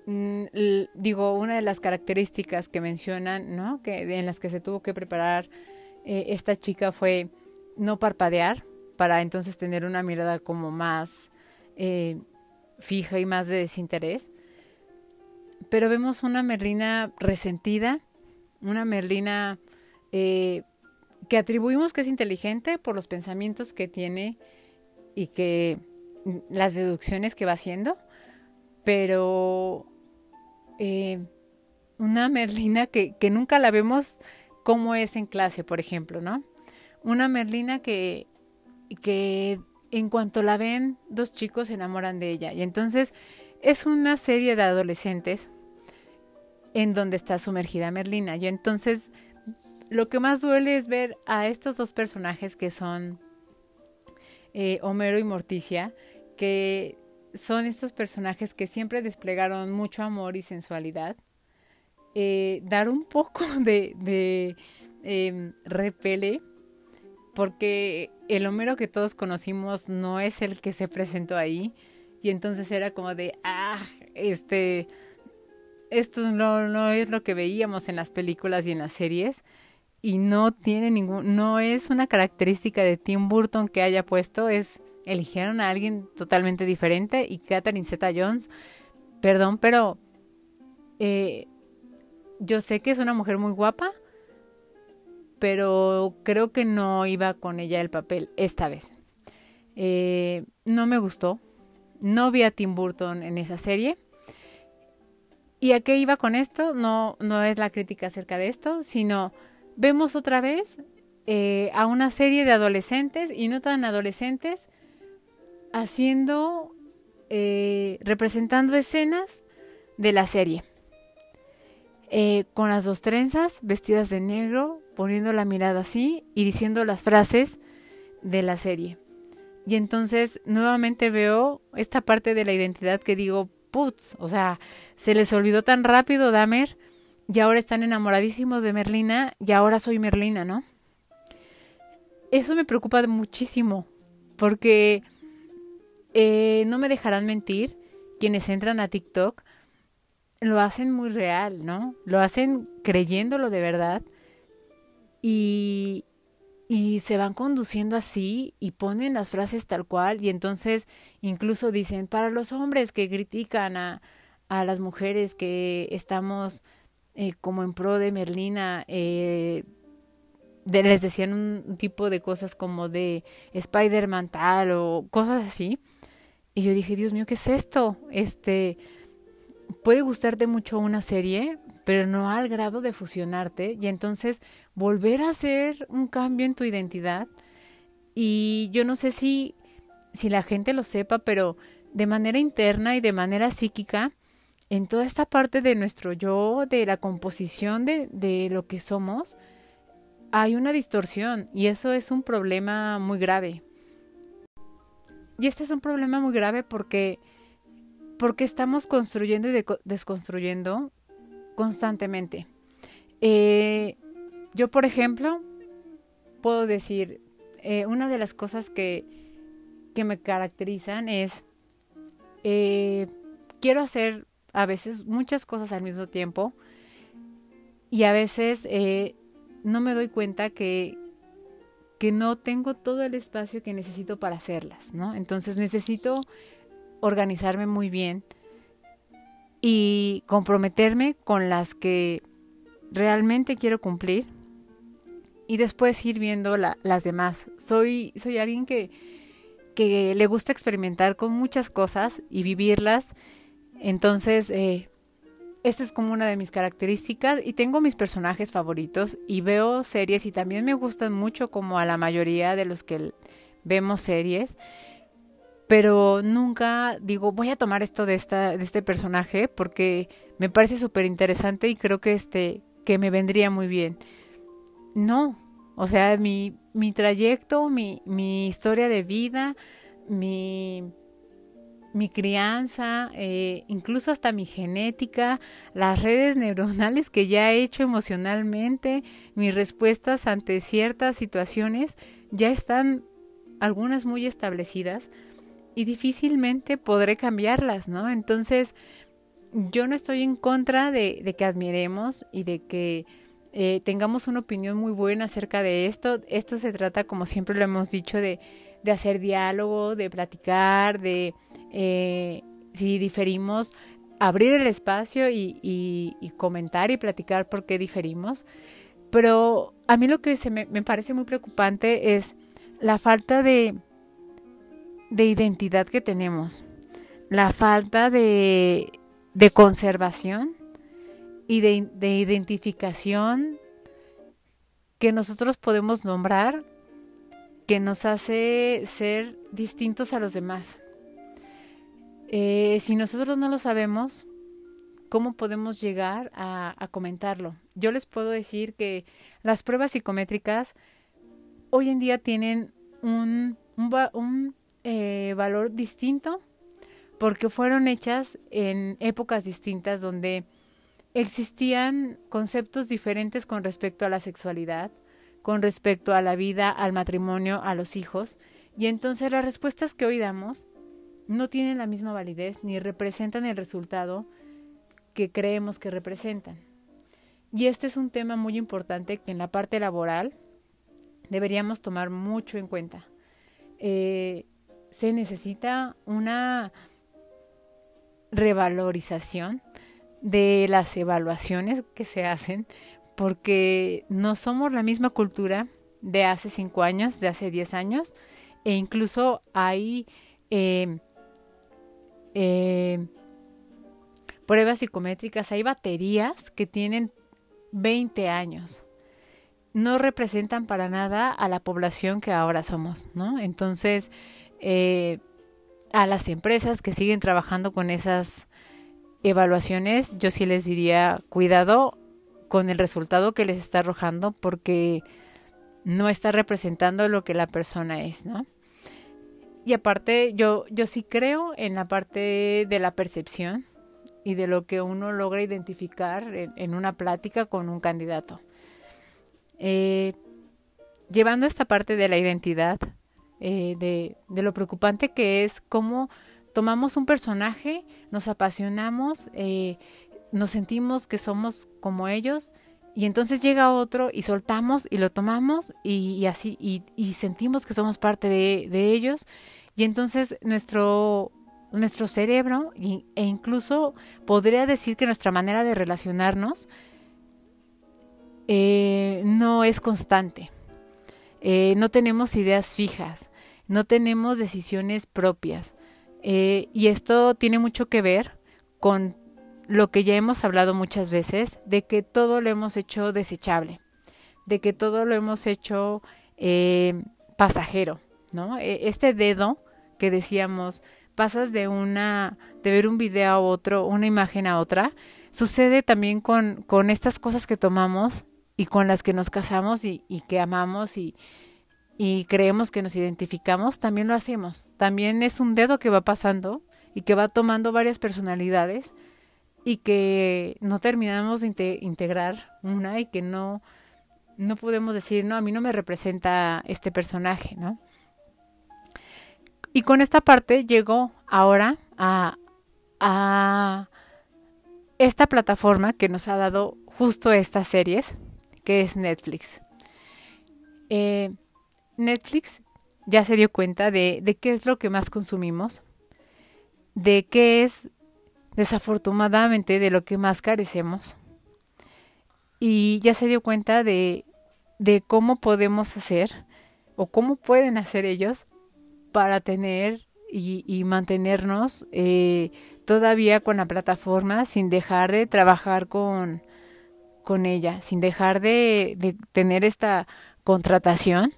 mm, l- digo, una de las características que mencionan, ¿no? Que en las que se tuvo que preparar eh, esta chica fue no parpadear para entonces tener una mirada como más eh, fija y más de desinterés. Pero vemos una Merlina resentida, una Merlina eh, que atribuimos que es inteligente por los pensamientos que tiene y que las deducciones que va haciendo, pero eh, una Merlina que, que nunca la vemos como es en clase, por ejemplo, ¿no? Una Merlina que, que en cuanto la ven, dos chicos se enamoran de ella. Y entonces es una serie de adolescentes en donde está sumergida Merlina. Y entonces lo que más duele es ver a estos dos personajes que son eh, Homero y Morticia, que son estos personajes que siempre desplegaron mucho amor y sensualidad. Eh, dar un poco de, de eh, repele, porque el Homero que todos conocimos no es el que se presentó ahí. Y entonces era como de, ah, este, esto no, no es lo que veíamos en las películas y en las series. Y no tiene ningún, no es una característica de Tim Burton que haya puesto, es, eligieron a alguien totalmente diferente. Y Catherine Zeta-Jones, perdón, pero eh, yo sé que es una mujer muy guapa, pero creo que no iba con ella el papel esta vez. Eh, no me gustó, no vi a Tim Burton en esa serie. ¿Y a qué iba con esto? No, no es la crítica acerca de esto, sino vemos otra vez eh, a una serie de adolescentes y no tan adolescentes haciendo, eh, representando escenas de la serie. Eh, con las dos trenzas, vestidas de negro, poniendo la mirada así y diciendo las frases de la serie. Y entonces nuevamente veo esta parte de la identidad que digo, putz, o sea, se les olvidó tan rápido Dahmer y ahora están enamoradísimos de Merlina y ahora soy Merlina, ¿no? Eso me preocupa muchísimo porque eh, no me dejarán mentir quienes entran a TikTok, lo hacen muy real, ¿no? Lo hacen creyéndolo de verdad y, y se van conduciendo así y ponen las frases tal cual y entonces incluso dicen, para los hombres que critican a, a las mujeres que estamos eh, como en pro de Merlina, eh, de, les decían un tipo de cosas como de Spider-Man tal o cosas así. Y yo dije, Dios mío, ¿qué es esto? Este... Puede gustarte mucho una serie, pero no al grado de fusionarte y entonces volver a hacer un cambio en tu identidad. Y yo no sé si, si la gente lo sepa, pero de manera interna y de manera psíquica, en toda esta parte de nuestro yo, de la composición de, de lo que somos, hay una distorsión y eso es un problema muy grave. Y este es un problema muy grave porque... porque estamos construyendo y de- desconstruyendo constantemente. Eh, yo, por ejemplo, puedo decir, eh, una de las cosas que, que me caracterizan es, eh, quiero hacer a veces muchas cosas al mismo tiempo y a veces eh, no me doy cuenta que, que no tengo todo el espacio que necesito para hacerlas, ¿no? Entonces necesito organizarme muy bien y comprometerme con las que realmente quiero cumplir y después ir viendo la, las demás. Soy, soy alguien que, que le gusta experimentar con muchas cosas y vivirlas. Entonces, eh, esta es como una de mis características y tengo mis personajes favoritos y veo series y también me gustan mucho como a la mayoría de los que vemos series. Pero nunca digo, voy a tomar esto de, esta, de este personaje porque me parece súper interesante y creo que, este, que me vendría muy bien. No, o sea, mi, mi trayecto, mi, mi historia de vida, mi, mi crianza, eh, incluso hasta mi genética, las redes neuronales que ya he hecho emocionalmente, mis respuestas ante ciertas situaciones ya están algunas muy establecidas y difícilmente podré cambiarlas, ¿no? Entonces, yo no estoy en contra de, de que admiremos y de que eh, tengamos una opinión muy buena acerca de esto. Esto se trata, como siempre lo hemos dicho, de, de hacer diálogo, de platicar, de eh, si diferimos, abrir el espacio y, y, y comentar y platicar por qué diferimos. Pero a mí lo que se me, me parece muy preocupante es la falta de, de identidad que tenemos, la falta de, de conservación y de, de identificación que nosotros podemos nombrar, que nos hace ser distintos a los demás. Eh, si nosotros no lo sabemos, ¿cómo podemos llegar a, a comentarlo? Yo les puedo decir que las pruebas psicométricas hoy en día tienen un, un, un eh, valor distinto porque fueron hechas en épocas distintas donde existían conceptos diferentes con respecto a la sexualidad, con respecto a la vida, al matrimonio, a los hijos, y entonces las respuestas que hoy damos no tienen la misma validez ni representan el resultado que creemos que representan. Y este es un tema muy importante que en la parte laboral deberíamos tomar mucho en cuenta. Eh, se necesita una revalorización de las evaluaciones que se hacen, porque no somos la misma cultura de hace cinco años, de hace diez años, e incluso hay eh, eh, pruebas psicométricas, hay baterías que tienen veinte años. No representan para nada a la población que ahora somos, ¿no? Entonces, eh, a las empresas que siguen trabajando con esas evaluaciones, yo sí les diría, cuidado con el resultado que les está arrojando, porque no está representando lo que la persona es, ¿no? Y aparte, yo, yo sí creo en la parte de la percepción y de lo que uno logra identificar en, en una plática con un candidato. Eh, llevando esta parte de la identidad, eh, de, de lo preocupante que es cómo tomamos un personaje, nos apasionamos, eh, nos sentimos que somos como ellos, y entonces llega otro y soltamos y lo tomamos y, y así y, y sentimos que somos parte de, de ellos, y entonces nuestro nuestro cerebro y, e incluso podría decir que nuestra manera de relacionarnos eh, no es constante. Eh, no tenemos ideas fijas, no tenemos decisiones propias. Eh, y esto tiene mucho que ver con lo que ya hemos hablado muchas veces, de que todo lo hemos hecho desechable, de que todo lo hemos hecho eh, pasajero, ¿no? Este dedo que decíamos, pasas de una, de ver un video a otro, una imagen a otra, sucede también con, con estas cosas que tomamos y con las que nos casamos y, y que amamos y, y creemos que nos identificamos, también lo hacemos. También es un dedo que va pasando y que va tomando varias personalidades y que no terminamos de inte- integrar una y que no, no podemos decir, no, a mí no me representa este personaje, ¿no? Y con esta parte llego ahora a, a esta plataforma que nos ha dado justo estas series, que es Netflix. Eh, Netflix ya se dio cuenta de, de qué es lo que más consumimos, de qué es desafortunadamente de lo que más carecemos, y ya se dio cuenta de, de cómo podemos hacer o cómo pueden hacer ellos para tener y, y mantenernos eh, todavía con la plataforma sin dejar de trabajar con, con ella, sin dejar de, de tener esta contratación,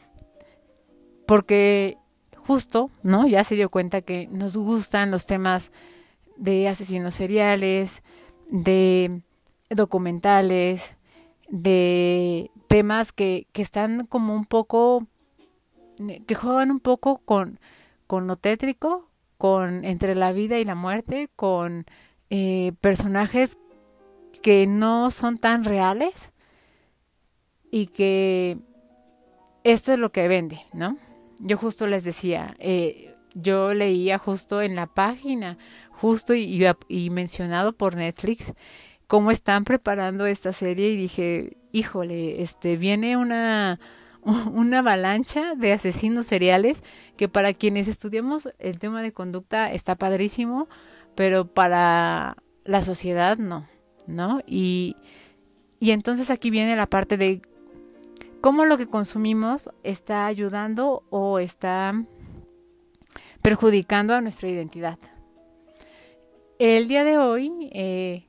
porque justo, ¿no? Ya se dio cuenta que nos gustan los temas de asesinos seriales, de documentales, de temas que, que están como un poco, que juegan un poco con, con lo tétrico, con entre la vida y la muerte, con eh, personajes que no son tan reales y que esto es lo que vende, ¿no? Yo justo les decía, eh, yo leía justo en la página justo y, y, y mencionado por Netflix, cómo están preparando esta serie y dije, híjole, este viene una, una avalancha de asesinos seriales que para quienes estudiamos el tema de conducta está padrísimo, pero para la sociedad no, ¿no? Y, y entonces aquí viene la parte de cómo lo que consumimos está ayudando o está perjudicando a nuestra identidad. El día de hoy eh,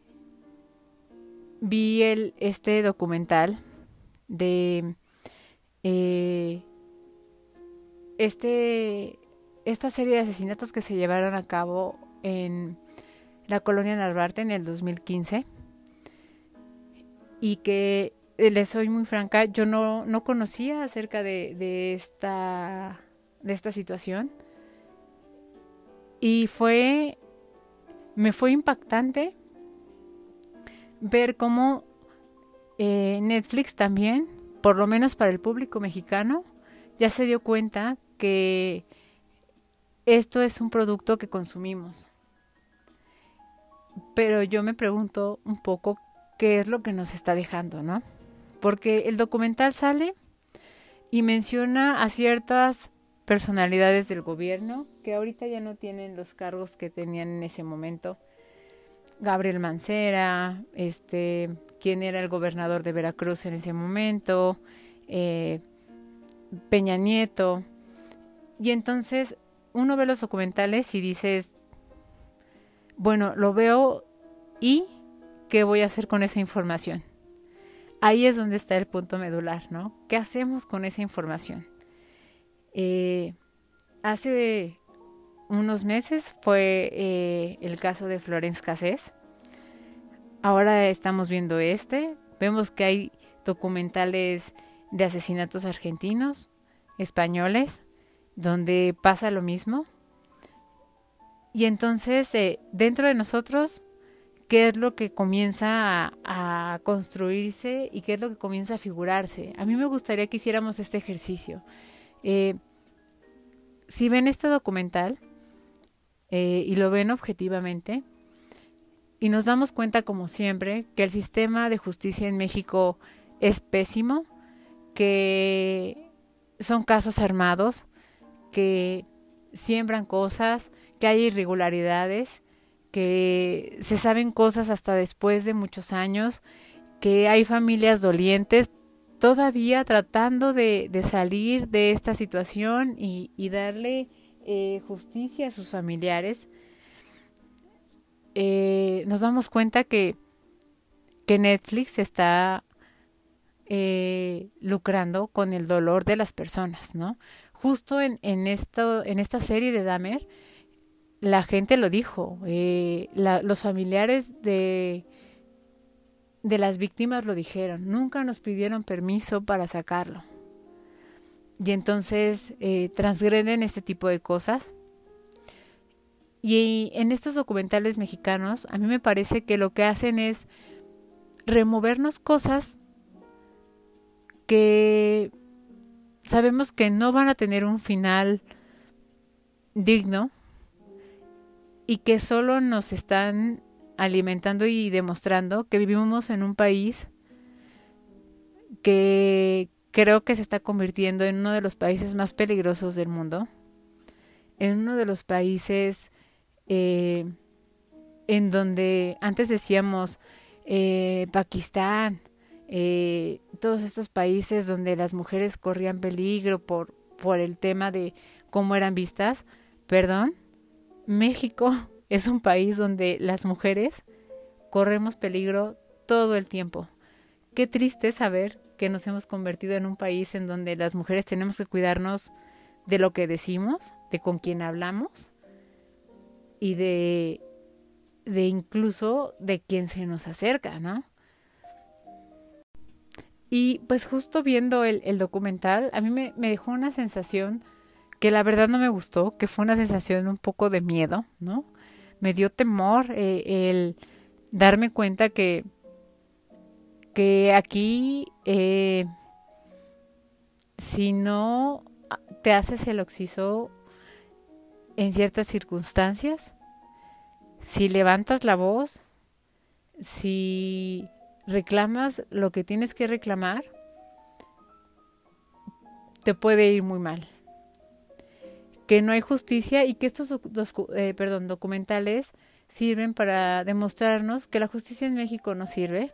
vi el, este documental de eh, este, esta serie de asesinatos que se llevaron a cabo en la colonia Narvarte en el dos mil quince y que, les soy muy franca, yo no, no conocía acerca de, de, esta, de esta situación y fue, me fue impactante ver cómo eh, Netflix también, por lo menos para el público mexicano, ya se dio cuenta que esto es un producto que consumimos. Pero yo me pregunto un poco qué es lo que nos está dejando, ¿no? Porque el documental sale y menciona a ciertas personalidades del gobierno que ahorita ya no tienen los cargos que tenían en ese momento. Gabriel Mancera, este, quien era el gobernador de Veracruz en ese momento, eh, Peña Nieto. Y entonces uno ve los documentales y dices, bueno, lo veo y ¿qué voy a hacer con esa información? Ahí es donde está el punto medular, ¿no? ¿Qué hacemos con esa información? Eh, hace unos meses fue eh, el caso de Florence Cassés. Ahora estamos viendo este. Vemos que hay documentales de asesinatos argentinos, españoles, donde pasa lo mismo. Y entonces, eh, dentro de nosotros, ¿qué es lo que comienza a, a construirse y qué es lo que comienza a figurarse? A mí me gustaría que hiciéramos este ejercicio. Eh, si ven este documental eh, y lo ven objetivamente, y nos damos cuenta, como siempre, que el sistema de justicia en México es pésimo, que son casos armados, que siembran cosas, que hay irregularidades, que se saben cosas hasta después de muchos años, que hay familias dolientes todavía tratando de, de salir de esta situación y, y darle eh, justicia a sus familiares. Eh, nos damos cuenta que, que Netflix está eh, lucrando con el dolor de las personas, ¿no? Justo en, en, esto, en esta serie de Dahmer, la gente lo dijo, eh, la, los familiares de, de las víctimas lo dijeron, nunca nos pidieron permiso para sacarlo. Y entonces eh, transgreden este tipo de cosas. Y en estos documentales mexicanos, a mí me parece que lo que hacen es removernos cosas que sabemos que no van a tener un final digno y que solo nos están alimentando y demostrando que vivimos en un país que creo que se está convirtiendo en uno de los países más peligrosos del mundo, en uno de los países eh, en donde antes decíamos eh, Pakistán, eh, todos estos países donde las mujeres corrían peligro por, por el tema de cómo eran vistas. Perdón, México es un país donde las mujeres corremos peligro todo el tiempo. Qué triste saber que nos hemos convertido en un país en donde las mujeres tenemos que cuidarnos de lo que decimos, de con quién hablamos y de, de incluso de quién se nos acerca, ¿no? Y pues justo viendo el, el documental, a mí me, me dejó una sensación que la verdad no me gustó, que fue una sensación un poco de miedo, ¿no? Me dio temor eh, el darme cuenta que, que aquí, eh, si no te haces el occiso en ciertas circunstancias, si levantas la voz, si reclamas lo que tienes que reclamar, te puede ir muy mal. Que no hay justicia y que estos dos, eh, perdón, documentales sirven para demostrarnos que la justicia en México no sirve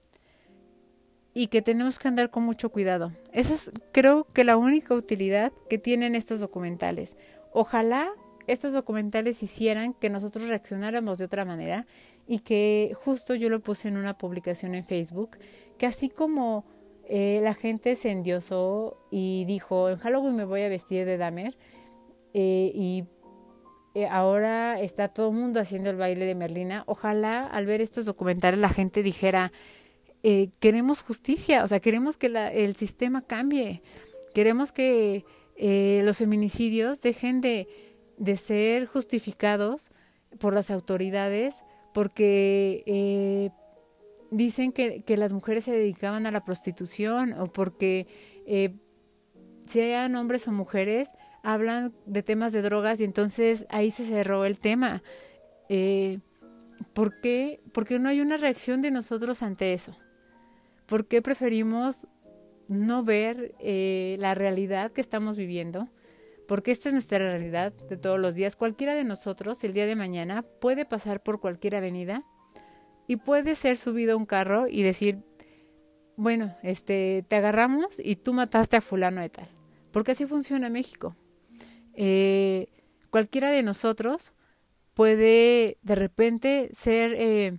y que tenemos que andar con mucho cuidado. Esa es, creo que, la única utilidad que tienen estos documentales. Ojalá estos documentales hicieran que nosotros reaccionáramos de otra manera y que justo yo lo puse en una publicación en Facebook, que así como eh, la gente se endiosó y dijo, en Halloween me voy a vestir de Dahmer, eh, y eh, ahora está todo el mundo haciendo el baile de Merlina, ojalá al ver estos documentales la gente dijera, eh, queremos justicia, o sea, queremos que la, el sistema cambie, queremos que eh, los feminicidios dejen de, de ser justificados por las autoridades porque eh, dicen que, que las mujeres se dedicaban a la prostitución o porque eh, sean hombres o mujeres hablan de temas de drogas y entonces ahí se cerró el tema. Eh, ¿Por qué? Porque no hay una reacción de nosotros ante eso. ¿Por qué preferimos no ver eh, la realidad que estamos viviendo? Porque esta es nuestra realidad de todos los días. Cualquiera de nosotros el día de mañana puede pasar por cualquier avenida y puede ser subido a un carro y decir, bueno, este, te agarramos y tú mataste a fulano de tal. Porque así funciona México. Eh, cualquiera de nosotros puede de repente ser eh,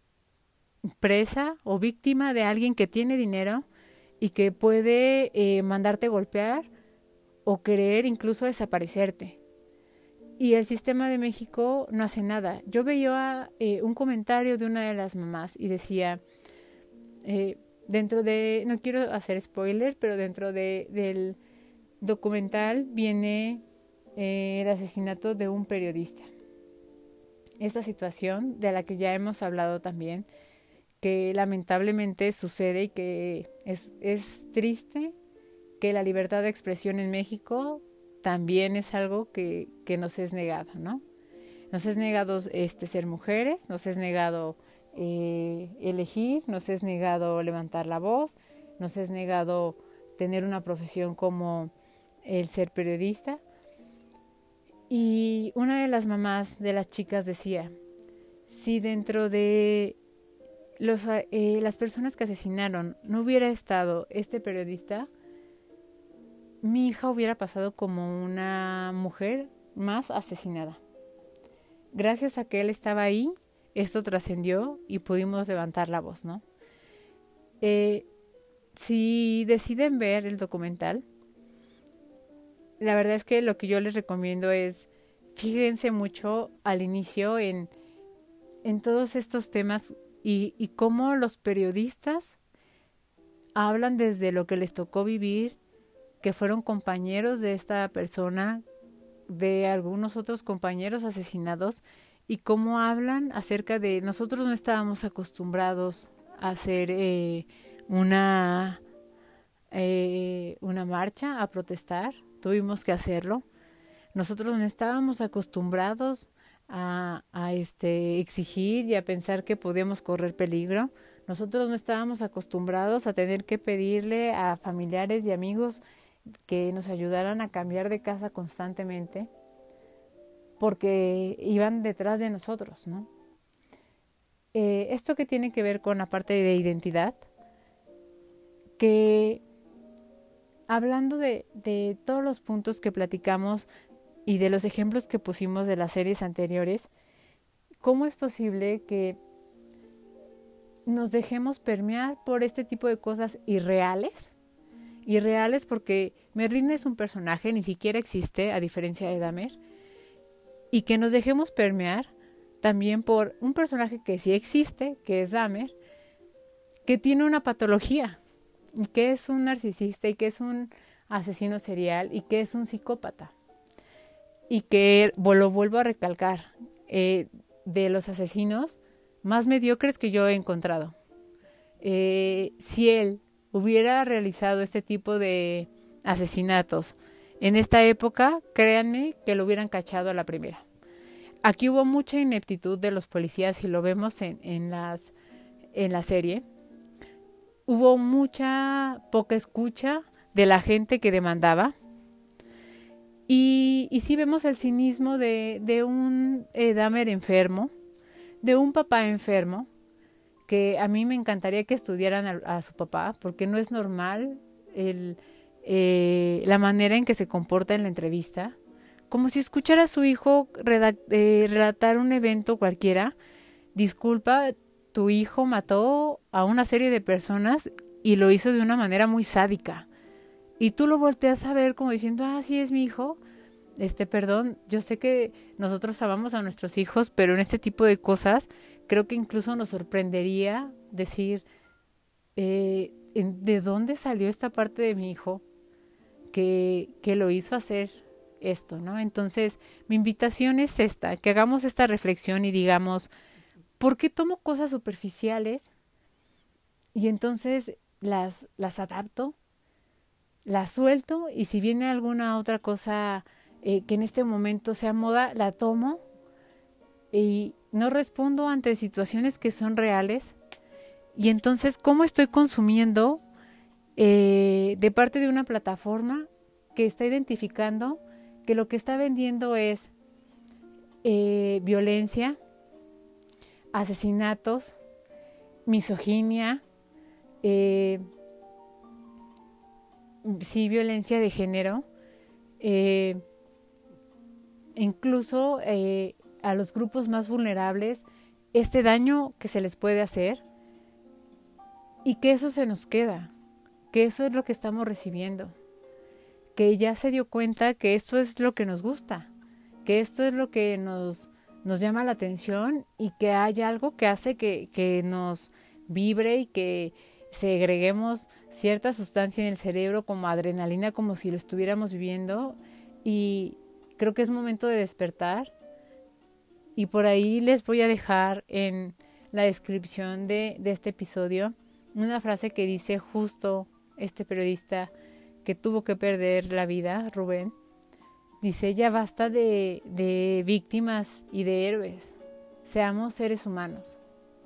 presa o víctima de alguien que tiene dinero y que puede eh, mandarte golpear o querer incluso desaparecerte. Y el sistema de México no hace nada. Yo veía eh, un comentario de una de las mamás y decía, eh, dentro de, no quiero hacer spoiler, pero dentro de, del documental viene eh, el asesinato de un periodista. Esta situación de la que ya hemos hablado también, que lamentablemente sucede y que es, es triste, que la libertad de expresión en México también es algo que, que nos es negado, ¿no? Nos es negado este, ser mujeres, nos es negado eh, elegir, nos es negado levantar la voz, nos es negado tener una profesión como el ser periodista. Y una de las mamás de las chicas decía, si dentro de los, eh, las personas que asesinaron no hubiera estado este periodista, mi hija hubiera pasado como una mujer más asesinada. Gracias a que él estaba ahí, esto trascendió y pudimos levantar la voz, ¿no? Eh, si deciden ver el documental, la verdad es que lo que yo les recomiendo es, fíjense mucho al inicio en, en todos estos temas y, y cómo los periodistas hablan desde lo que les tocó vivir, que fueron compañeros de esta persona, de algunos otros compañeros asesinados, y cómo hablan acerca de nosotros no estábamos acostumbrados a hacer eh, una, eh, una marcha, a protestar, tuvimos que hacerlo. Nosotros no estábamos acostumbrados a, a este, exigir y a pensar que podíamos correr peligro. Nosotros no estábamos acostumbrados a tener que pedirle a familiares y amigos que nos ayudaran a cambiar de casa constantemente porque iban detrás de nosotros, ¿no? Eh, esto que tiene que ver con la parte de identidad, que hablando de, de todos los puntos que platicamos y de los ejemplos que pusimos de las series anteriores, ¿cómo es posible que nos dejemos permear por este tipo de cosas irreales? Irreales porque Merlina es un personaje, ni siquiera existe, a diferencia de Dahmer, y que nos dejemos permear también por un personaje que sí existe, que es Dahmer, que tiene una patología, y que es un narcisista, y que es un asesino serial, y que es un psicópata. Y que, lo vuelvo a recalcar, eh, de los asesinos más mediocres que yo he encontrado. Eh, si él hubiera realizado este tipo de asesinatos en esta época, créanme que lo hubieran cachado a la primera. aquí hubo mucha ineptitud de los policías y lo vemos en, en, las, en la serie. Hubo mucha poca escucha de la gente que demandaba. Y, y sí vemos el cinismo de, de un eh, Dahmer enfermo, de un papá enfermo, que a mí me encantaría que estudiaran a, a su papá, porque no es normal el, eh, la manera en que se comporta en la entrevista, como si escuchara a su hijo redact, eh, relatar un evento cualquiera. Disculpa, tu hijo mató a una serie de personas y lo hizo de una manera muy sádica. Y tú lo volteas a ver como diciendo, ah, sí es mi hijo. Este, perdón, yo sé que nosotros amamos a nuestros hijos, pero en este tipo de cosas creo que incluso nos sorprendería decir, eh, ¿de dónde salió esta parte de mi hijo que, que lo hizo hacer esto, ¿no? Entonces, mi invitación es esta, que hagamos esta reflexión y digamos, ¿por qué tomo cosas superficiales y entonces las, las adapto? La suelto y si viene alguna otra cosa eh, que en este momento sea moda, la tomo y no respondo ante situaciones que son reales. Y entonces, ¿cómo estoy consumiendo eh, de parte de una plataforma que está identificando que lo que está vendiendo es eh, violencia, asesinatos, misoginia, eh, sí, violencia de género, eh, incluso eh, a los grupos más vulnerables, este daño que se les puede hacer y que eso se nos queda, que eso es lo que estamos recibiendo, que ya se dio cuenta que esto es lo que nos gusta, que esto es lo que nos, nos llama la atención y que hay algo que hace que, que nos vibre y que segreguemos cierta sustancia en el cerebro como adrenalina, como si lo estuviéramos viviendo, y creo que es momento de despertar. Y por ahí les voy a dejar en la descripción de, de este episodio una frase que dice justo este periodista que tuvo que perder la vida, Rubén. Dice, ya basta de, de víctimas y de héroes, seamos seres humanos.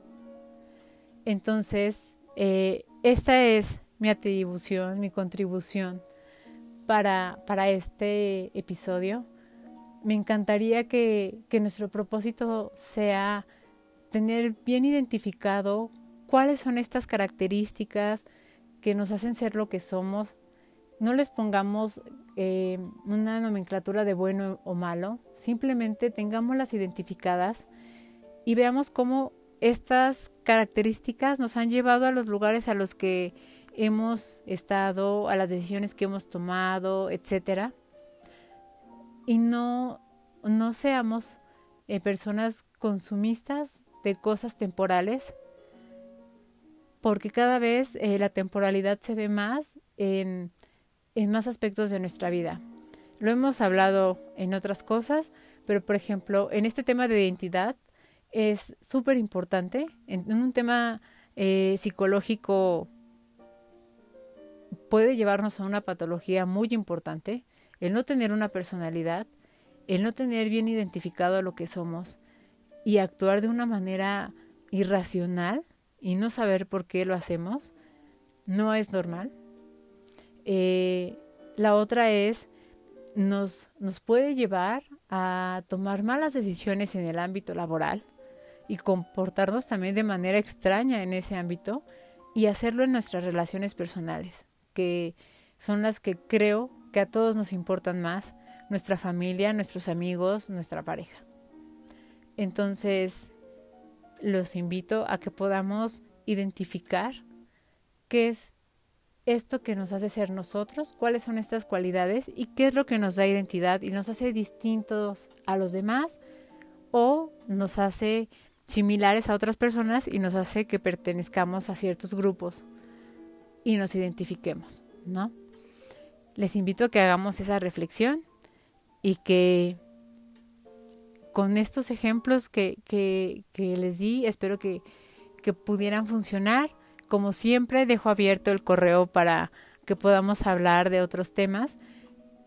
Entonces, Eh, esta es mi atribución, mi contribución para, para este episodio. Me encantaría que, que nuestro propósito sea tener bien identificado cuáles son estas características que nos hacen ser lo que somos. No les pongamos eh, una nomenclatura de bueno o malo, simplemente tengámoslas identificadas y veamos cómo estas características nos han llevado a los lugares a los que hemos estado, a las decisiones que hemos tomado, etcétera. Y no, no seamos eh, personas consumistas de cosas temporales, porque cada vez eh, la temporalidad se ve más en, en más aspectos de nuestra vida. Lo hemos hablado en otras cosas, pero por ejemplo, en este tema de identidad, es súper importante. En, en un tema eh, psicológico puede llevarnos a una patología muy importante, el no tener una personalidad, el no tener bien identificado lo que somos y actuar de una manera irracional y no saber por qué lo hacemos, no es normal. Eh, la otra es, nos, nos puede llevar a tomar malas decisiones en el ámbito laboral y comportarnos también de manera extraña en ese ámbito y hacerlo en nuestras relaciones personales, que son las que creo que a todos nos importan más, nuestra familia, nuestros amigos, nuestra pareja. Entonces, los invito a que podamos identificar qué es esto que nos hace ser nosotros, cuáles son estas cualidades y qué es lo que nos da identidad y nos hace distintos a los demás o nos hace similares a otras personas y nos hace que pertenezcamos a ciertos grupos y nos identifiquemos, ¿no? Les invito a que hagamos esa reflexión y que con estos ejemplos que, que, que les di, espero que, que pudieran funcionar. Como siempre, dejo abierto el correo para que podamos hablar de otros temas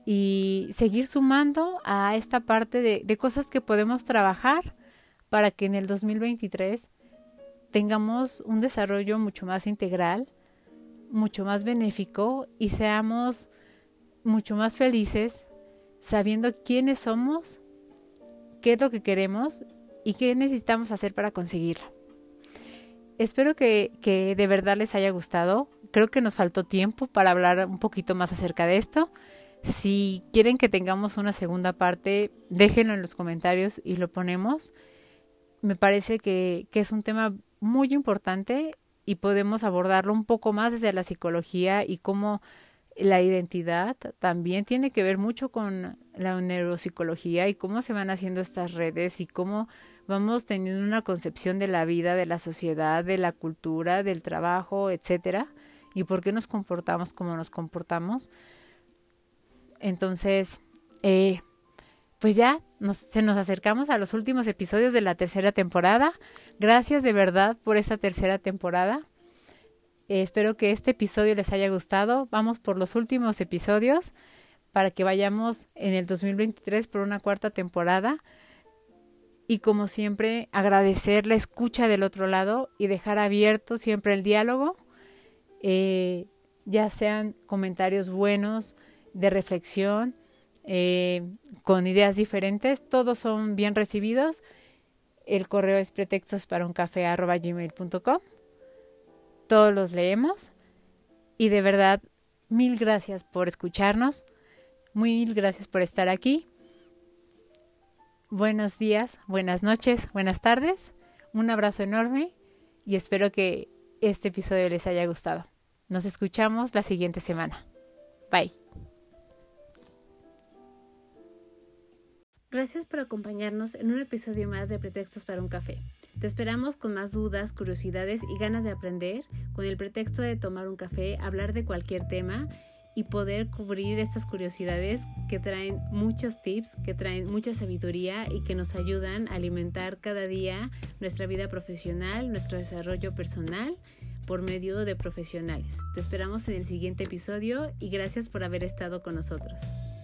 y seguir sumando a esta parte de, de cosas que podemos trabajar para que en el dos mil veintitrés tengamos un desarrollo mucho más integral, mucho más benéfico y seamos mucho más felices sabiendo quiénes somos, qué es lo que queremos y qué necesitamos hacer para conseguirlo. Espero que, que de verdad les haya gustado. Creo que nos faltó tiempo para hablar un poquito más acerca de esto. Si quieren que tengamos una segunda parte, déjenlo en los comentarios y lo ponemos. Me parece que, que es un tema muy importante y podemos abordarlo un poco más desde la psicología y cómo la identidad también tiene que ver mucho con la neuropsicología y cómo se van haciendo estas redes y cómo vamos teniendo una concepción de la vida, de la sociedad, de la cultura, del trabajo, etcétera, y por qué nos comportamos como nos comportamos. Entonces, eh, pues ya nos, se nos acercamos a los últimos episodios de la tercera temporada. Gracias de verdad por esta tercera temporada. Eh, espero que este episodio les haya gustado. Vamos por los últimos episodios para que vayamos en el dos mil veintitrés por una cuarta temporada. Y como siempre, agradecer la escucha del otro lado y dejar abierto siempre el diálogo, eh, ya sean comentarios buenos, de reflexión, eh, con ideas diferentes, todos son bien recibidos. El correo es pretextos para un café arroba gmail punto com. Todos los leemos y de verdad, mil gracias por escucharnos, mil gracias por estar aquí. Buenos días, buenas noches, buenas tardes, un abrazo enorme y espero que este episodio les haya gustado. Nos escuchamos la siguiente semana. Bye. Gracias por acompañarnos en un episodio más de Pretextos para un Café. Te esperamos con más dudas, curiosidades y ganas de aprender, con el pretexto de tomar un café, hablar de cualquier tema y poder cubrir estas curiosidades que traen muchos tips, que traen mucha sabiduría y que nos ayudan a alimentar cada día nuestra vida profesional, nuestro desarrollo personal por medio de profesionales. Te esperamos en el siguiente episodio y gracias por haber estado con nosotros.